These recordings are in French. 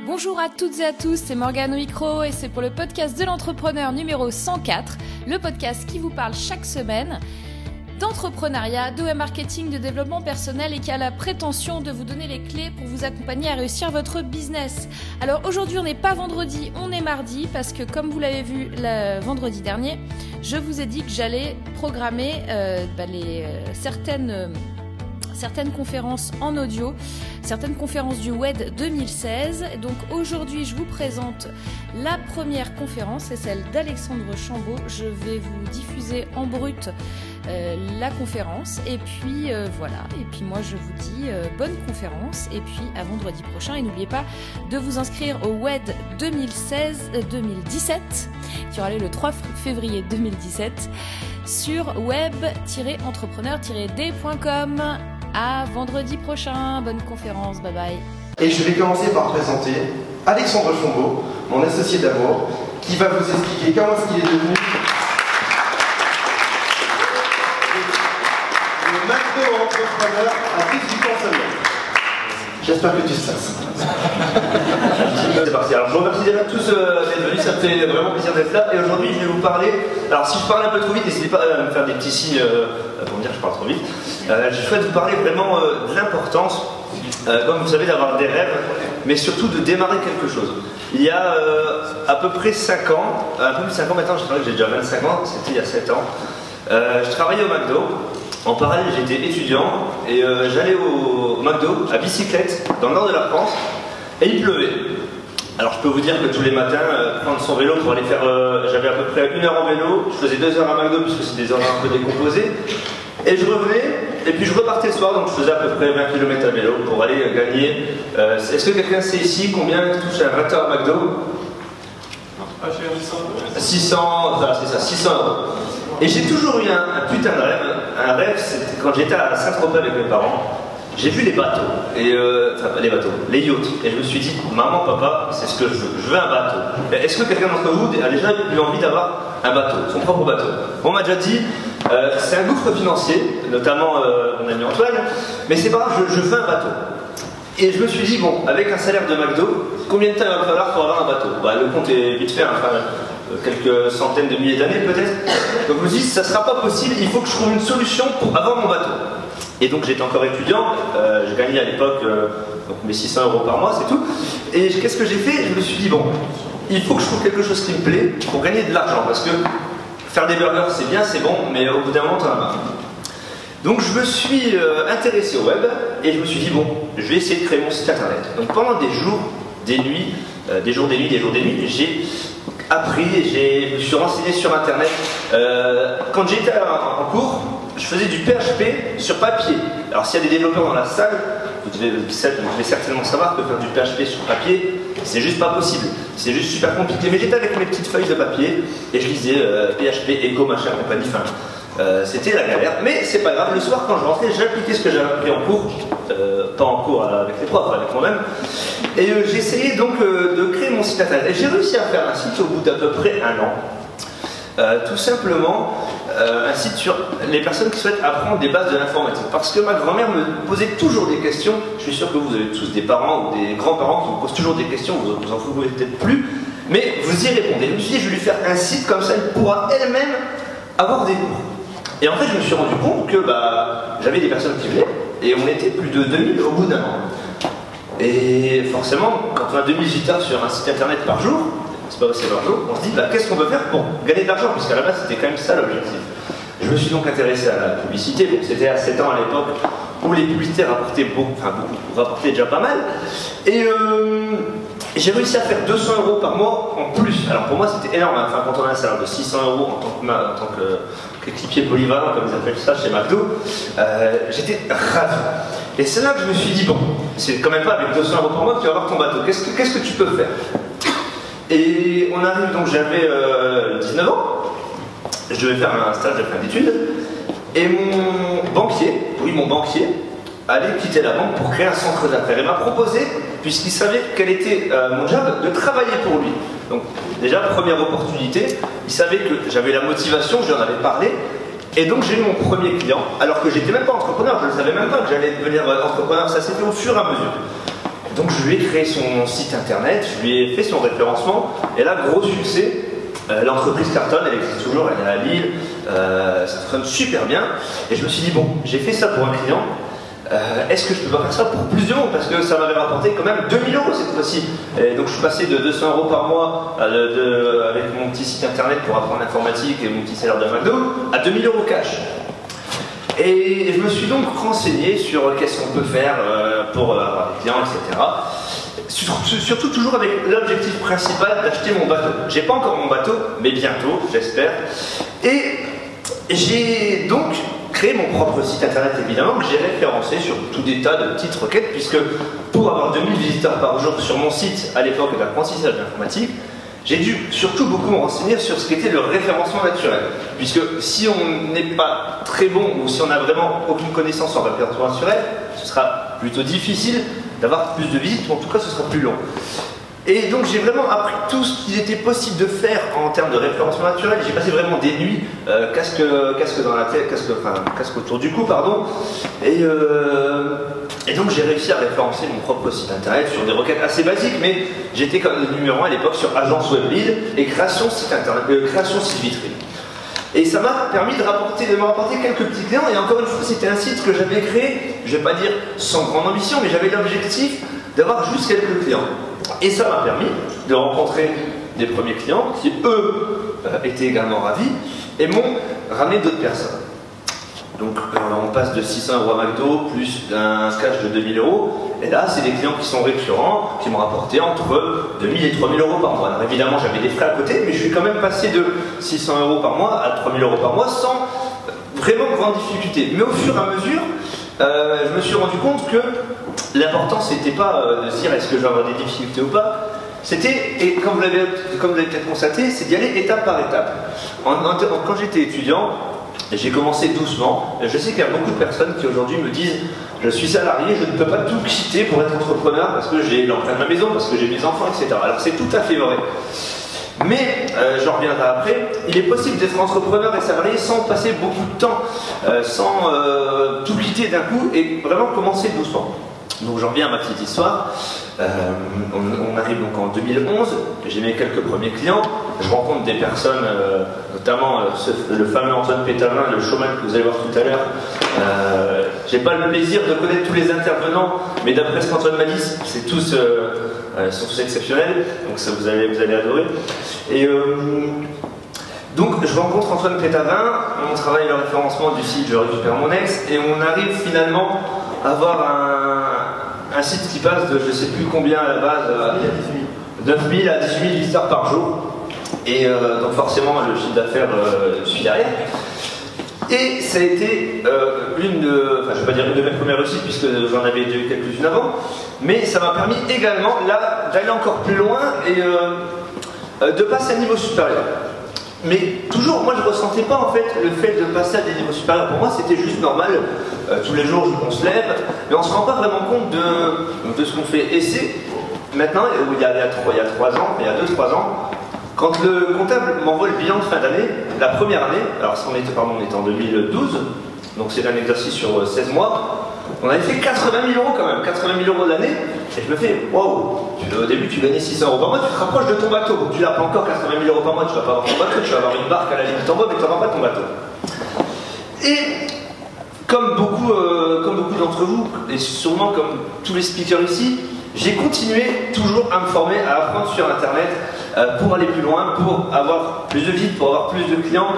Bonjour à toutes et à tous, c'est Morgane au micro et c'est pour le podcast de l'entrepreneur numéro 104, le podcast qui vous parle chaque semaine d'entrepreneuriat, de web marketing, de développement personnel et qui a la prétention de vous donner les clés pour vous accompagner à réussir votre business. Alors aujourd'hui on n'est pas vendredi, on est mardi parce que comme vous l'avez vu le vendredi dernier, je vous ai dit que j'allais programmer certaines conférences en audio, certaines conférences du WED 2016. Donc aujourd'hui, je vous présente la première conférence, c'est celle d'Alexandre Chambaud. Je vais vous diffuser en brut la conférence et puis voilà. Et puis moi, je vous dis bonne conférence et puis à vendredi prochain. Et n'oubliez pas de vous inscrire au WED 2017 qui aura lieu le 3 février 2017 sur web-entrepreneur-d.com. À vendredi prochain, bonne conférence, bye bye. Et je vais commencer par présenter Alexandre Chambaud, mon associé d'amour, qui va vous expliquer comment est-ce qu'il est devenu le macro-entrepreneur à 18 ans seulement. J'espère que tu sais. C'est parti. Alors je vous remercie déjà tous d'être venus, ça me fait vraiment plaisir d'être là. Et aujourd'hui je vais vous parler, alors si je parle un peu trop vite, n'hésitez pas à me faire des petits signes pour me dire que je parle trop vite. Je souhaite vous parler vraiment de l'importance, comme vous savez, d'avoir des rêves, mais surtout de démarrer quelque chose. Il y a à peu près 5 ans, un peu plus de 5 ans maintenant, je crois que j'ai déjà 25 ans, c'était il y a 7 ans, je travaillais au McDo. En parallèle, j'étais étudiant et j'allais au McDo à bicyclette dans le nord de la France et il pleuvait. Alors je peux vous dire que tous les matins, prendre son vélo pour aller faire... j'avais à peu près 1 heure en vélo, je faisais 2 heures à McDo puisque c'est des horaires un peu décomposés. Et je revenais et puis je repartais le soir, donc je faisais à peu près 20 km à vélo pour aller gagner... Est-ce que quelqu'un sait ici combien touche un 20 heures à McDo? 600, voilà, c'est ça, 600 €. Et j'ai toujours eu un putain de rêve. Un rêve, c'était quand j'étais à Saint-Tropez avec mes parents. J'ai vu les bateaux, les yachts. Et je me suis dit, maman, papa, c'est ce que je veux. Je veux un bateau. Est-ce que quelqu'un d'entre vous a déjà eu envie d'avoir un bateau, son propre bateau? On m'a déjà dit, c'est un gouffre financier, notamment mon ami Antoine, mais c'est pas grave, je veux un bateau. Et je me suis dit, bon, avec un salaire de McDo, combien de temps il va me falloir pour avoir un bateau? Le compte est vite fait, quelques centaines de milliers d'années peut-être. Donc je me suis dit, ça ne sera pas possible, il faut que je trouve une solution pour avoir mon bateau. Et donc j'étais encore étudiant, je gagnais à l'époque donc mes 600 € par mois, c'est tout. Et qu'est-ce que j'ai fait? Je me suis dit, bon, il faut que je trouve quelque chose qui me plaît pour gagner de l'argent. Parce que faire des burgers, c'est bien, c'est bon, mais au bout d'un moment, t'en as marre. Donc je me suis intéressé au web et je me suis dit, bon, je vais essayer de créer mon site internet. Donc pendant des jours, des nuits, j'ai appris, je me suis renseigné sur internet. Quand j'étais en cours, je faisais du PHP sur papier. Alors s'il y a des développeurs dans la salle, vous devez certainement savoir que faire du PHP sur papier, c'est juste pas possible. C'est juste super compliqué. Mais j'étais avec mes petites feuilles de papier et je lisais PHP, Echo, machin, compagnie, c'était la galère. Mais c'est pas grave, le soir quand je rentrais, j'appliquais ce que j'avais appris en cours. Pas en cours avec les profs, avec moi-même. Et j'ai essayé donc de créer mon site internet. Et j'ai réussi à faire un site au bout d'à peu près 1 an. Tout simplement, un site sur les personnes qui souhaitent apprendre des bases de l'informatique. Parce que ma grand-mère me posait toujours des questions. Je suis sûr que vous avez tous des parents ou des grands-parents qui vous posent toujours des questions, vous en foutez peut-être plus, mais vous y répondez. Je me suis dit, je vais lui faire un site comme ça, elle pourra elle-même avoir des cours. Et en fait, je me suis rendu compte que j'avais des personnes qui venaient, et on était plus de 2000 au bout d'un an. Et forcément, quand on a 2000 visiteurs sur un site internet par jour, c'est pas aussi par jour, on se dit qu'est-ce qu'on peut faire pour gagner de l'argent, puisqu'à la base c'était quand même ça l'objectif. Je me suis donc intéressé à la publicité, donc c'était à 7 ans à l'époque où les publicités rapportaient beaucoup, rapportaient déjà pas mal. Et j'ai réussi à faire 200 € par mois en plus. Alors pour moi c'était énorme, quand on a un salaire de 600 € en tant qu'équipier polyvalent, comme ils appellent ça chez McDo, j'étais ravi. Et c'est là que je me suis dit, bon, c'est quand même pas avec 200 € par mois que tu vas avoir ton bateau. Qu'est-ce que tu peux faire? Et on arrive, donc j'avais 19 ans, je devais faire un stage de fin d'études, et mon banquier allait quitter la banque pour créer un centre d'affaires. Il m'a proposé, puisqu'il savait quel était mon job, de travailler pour lui. Donc déjà, première opportunité, il savait que j'avais la motivation, je lui en avais parlé, et donc j'ai eu mon premier client, alors que j'étais même pas entrepreneur, je ne savais même pas que j'allais devenir entrepreneur, ça s'est fait au fur et à mesure. Donc je lui ai créé son site internet, je lui ai fait son référencement, et là, gros succès. L'entreprise cartonne, elle existe toujours, elle est à Lille, ça fonctionne super bien. Et je me suis dit, bon, j'ai fait ça pour un client, est-ce que je peux pas faire ça pour plus de monde? Parce que ça m'avait rapporté quand même 2000 € cette fois-ci. Et donc je suis passé de 200 € par mois avec mon petit site internet pour apprendre l'informatique et mon petit salaire de McDo à 2000 € cash. Et je me suis donc renseigné sur qu'est-ce qu'on peut faire pour avoir des clients, etc. Surtout toujours avec l'objectif principal d'acheter mon bateau. J'ai pas encore mon bateau, mais bientôt, j'espère. Et j'ai donc créé mon propre site internet, évidemment, que j'ai référencé sur tout des tas de petites requêtes, puisque pour avoir 2000 visiteurs par jour sur mon site à l'époque d'apprentissage d'informatique, j'ai dû surtout beaucoup me renseigner sur ce qu'était le référencement naturel. Puisque si on n'est pas très bon ou si on n'a vraiment aucune connaissance sur le référencement naturel, ce sera plutôt difficile d'avoir plus de visites, ou en tout cas ce sera plus long. Et donc j'ai vraiment appris tout ce qu'il était possible de faire en termes de référencement naturel. J'ai passé vraiment des nuits, casque dans la tête, casque autour du cou, pardon. Et donc j'ai réussi à référencer mon propre site internet sur des requêtes assez basiques, mais j'étais comme numéro 1 à l'époque sur agence web lead et création site internet, création site vitrine. Et ça m'a permis de me rapporter quelques petits clients. Et encore une fois, c'était un site que j'avais créé, je ne vais pas dire sans grande ambition, mais j'avais l'objectif d'avoir juste quelques clients. Et ça m'a permis de rencontrer des premiers clients qui, eux, étaient également ravis et m'ont ramené d'autres personnes. Donc on passe de 600 € à McDo, plus un cash de 2000 €. Et là, c'est des clients qui sont récurrents, qui m'ont rapporté entre 2000 et 3000 € par mois. Alors évidemment, j'avais des frais à côté, mais je suis quand même passé de 600 € par mois à 3000 € par mois sans vraiment grande difficulté. Mais au fur et à mesure, je me suis rendu compte que l'important, c'était pas de se dire est-ce que je vais avoir des difficultés ou pas. C'était, et comme vous l'avez peut-être constaté, c'est d'y aller étape par étape. Quand j'étais étudiant, j'ai commencé doucement. Je sais qu'il y a beaucoup de personnes qui aujourd'hui me disent je suis salarié, je ne peux pas tout quitter pour être entrepreneur parce que j'ai l'emprunt de ma maison, parce que j'ai mes enfants, etc. Alors c'est tout à fait vrai. Mais, j'en reviendrai après, il est possible d'être entrepreneur et salarié sans passer beaucoup de temps, sans tout quitter d'un coup et vraiment commencer doucement. Donc j'en reviens à ma petite histoire. On arrive donc en 2011, j'ai mes quelques premiers clients, je rencontre des personnes, notamment le fameux Antoine Pétavin, le showman que vous allez voir tout à l'heure. J'ai pas le plaisir de connaître tous les intervenants, mais d'après ce qu'Antoine m'a dit, c'est tous, sont tous exceptionnels, donc ça, vous allez adorer. Et donc je rencontre Antoine Pétavin, on travaille le référencement du site Je récupère mon ex, et on arrive finalement à avoir un site qui passe de je sais plus combien à la base, 9000 à 18 000 visiteurs par jour. Et donc forcément le chiffre d'affaires suit derrière. Et ça a été je vais pas dire une de mes premières réussites puisque j'en avais déjà eu quelques-unes avant, mais ça m'a permis également là d'aller encore plus loin et de passer à un niveau supérieur. Mais toujours, moi je ne ressentais pas en fait le fait de passer à des niveaux supérieurs. Pour moi c'était juste normal, tous les jours on se lève, mais on ne se rend pas vraiment compte de ce qu'on fait. Et c'est maintenant, il y a 3 ans, il y a 2-3 ans, quand le comptable m'envoie le bilan de fin d'année, la première année, alors on était en 2012, donc c'est un exercice sur 16 mois, on avait fait 80 000 € quand même, 80 000 € de l'année, et je me fais, waouh, au début tu gagnais 600 € par mois, tu te rapproches de ton bateau, tu n'as pas encore 80 000 € par mois, tu vas pas avoir ton bateau, tu vas avoir une barque à la limite en bas, mais tu n'auras pas ton bateau. Et comme beaucoup d'entre vous, et sûrement comme tous les speakers ici, j'ai continué toujours à me former, à apprendre sur internet pour aller plus loin, pour avoir plus de visites, pour avoir plus de clients.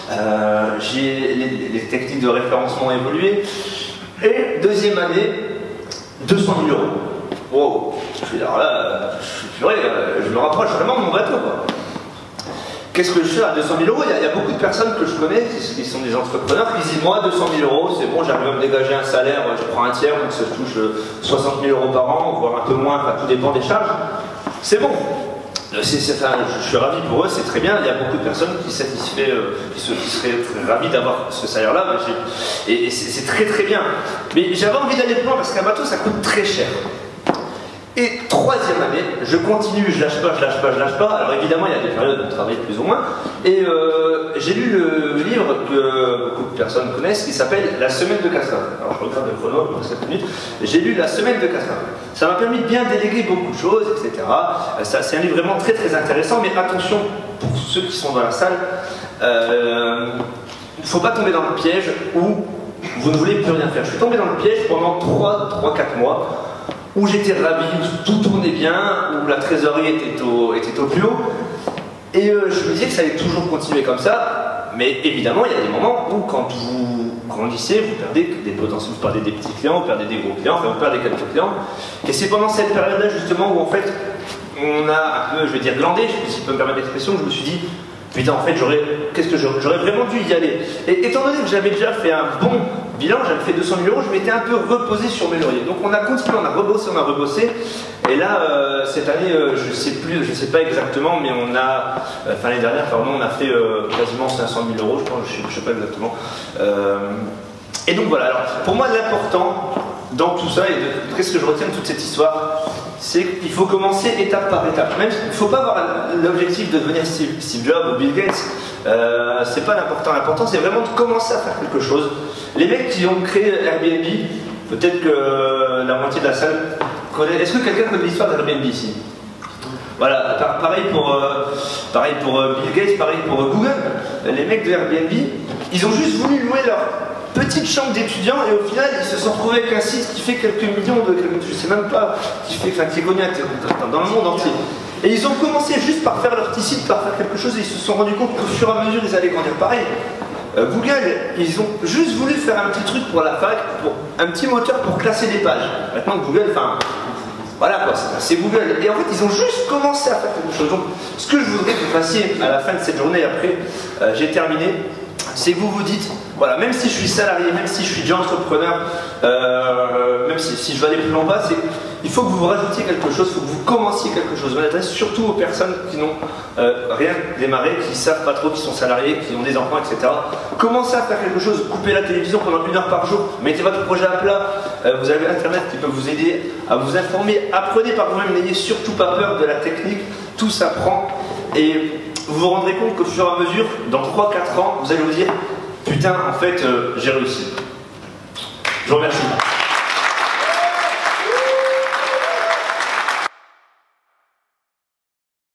Les techniques de référencement ont évolué. Et deuxième année, 200 000 €. Wow. Alors là, je me rapproche vraiment de mon bateau, quoi. Qu'est-ce que je fais à 200 000 €? Il y a beaucoup de personnes que je connais qui sont des entrepreneurs qui disent moi 200 000 €, c'est bon, j'arrive à me dégager un salaire, je prends un tiers, donc ça touche 60 000 € par an, voire un peu moins, enfin tout dépend des charges. C'est bon. Je suis ravi pour eux, c'est très bien. Il y a beaucoup de personnes qui seraient très ravis d'avoir ce salaire-là, et c'est très très bien. Mais j'avais envie d'aller plus loin parce qu'un bateau ça coûte très cher. Et troisième année, je continue, je lâche pas. Alors évidemment, il y a des périodes où on travaille plus ou moins. Et j'ai lu le livre que beaucoup de personnes connaissent qui s'appelle La semaine de 4 heures. Alors je regarde le chrono, il me reste 7 minutes. J'ai lu La semaine de 4 heures. Ça m'a permis de bien déléguer beaucoup de choses, etc. C'est un livre vraiment très très intéressant, mais attention pour ceux qui sont dans la salle, il ne faut pas tomber dans le piège où vous ne voulez plus rien faire. Je suis tombé dans le piège pendant 3-4 mois. Où j'étais ravi, où tout tournait bien, où la trésorerie était au plus haut. Et je me disais que ça allait toujours continuer comme ça, mais évidemment, il y a des moments où, quand vous grandissez, vous perdez des potentiels, vous perdez des petits clients, vous perdez des gros clients, enfin, vous perdez quelques clients. Et c'est pendant cette période-là, justement, où en fait, on a un peu, je vais dire, glandé, si je peux me permettre l'expression, je me suis dit, putain, en fait, j'aurais vraiment dû y aller. Et étant donné que j'avais déjà fait un bon bilan, j'avais fait 200 000 €, je m'étais un peu reposé sur mes lauriers. Donc on a continué, on a rebossé. Et là, cette année, je sais pas exactement, mais l'année dernière, pardon, on a fait quasiment 500 000 €, je pense, je sais pas exactement. Et donc voilà, alors pour moi, l'important dans tout ça, et qu'est-ce que je retiens de toute cette histoire, c'est qu'il faut commencer étape par étape. Même il ne faut pas avoir l'objectif de devenir Steve Jobs ou Bill Gates. C'est pas l'important. L'important, c'est vraiment de commencer à faire quelque chose. Les mecs qui ont créé Airbnb, peut-être que la moitié de la salle connaît. Est-ce que quelqu'un connaît l'histoire d'Airbnb ici? Voilà, pareil pour Bill Gates, pareil pour Google. Les mecs de Airbnb, ils ont juste voulu louer leur petite chambre d'étudiants et au final ils se sont retrouvés avec un site qui fait quelques millions je sais même pas, qui est connu dans le monde entier. Et ils ont commencé juste par faire leur petit site, par faire quelque chose, et ils se sont rendus compte qu'au fur et à mesure ils allaient grandir. Pareil, Google, ils ont juste voulu faire un petit truc pour la fac, un petit moteur pour classer des pages. Maintenant Google, enfin voilà quoi, c'est Google. Et en fait ils ont juste commencé à faire quelque chose. Donc ce que je voudrais que vous fassiez à la fin de cette journée, après j'ai terminé, c'est que vous vous dites, voilà, même si je suis salarié, même si je suis déjà entrepreneur, même si je veux aller plus loin, il faut que vous rajoutiez quelque chose, il faut que vous commenciez quelque chose. Je m'adresse surtout aux personnes qui n'ont rien démarré, qui ne savent pas trop, qui sont salariés, qui ont des enfants, etc. Commencez à faire quelque chose, coupez la télévision pendant 1 heure par jour, mettez votre projet à plat, vous avez Internet qui peut vous aider à vous informer, apprenez par vous-même, n'ayez surtout pas peur de la technique, tout s'apprend. Et vous vous rendrez compte qu'au fur et à mesure, dans 3-4 ans, vous allez vous dire, putain, en fait, j'ai réussi. Je vous remercie.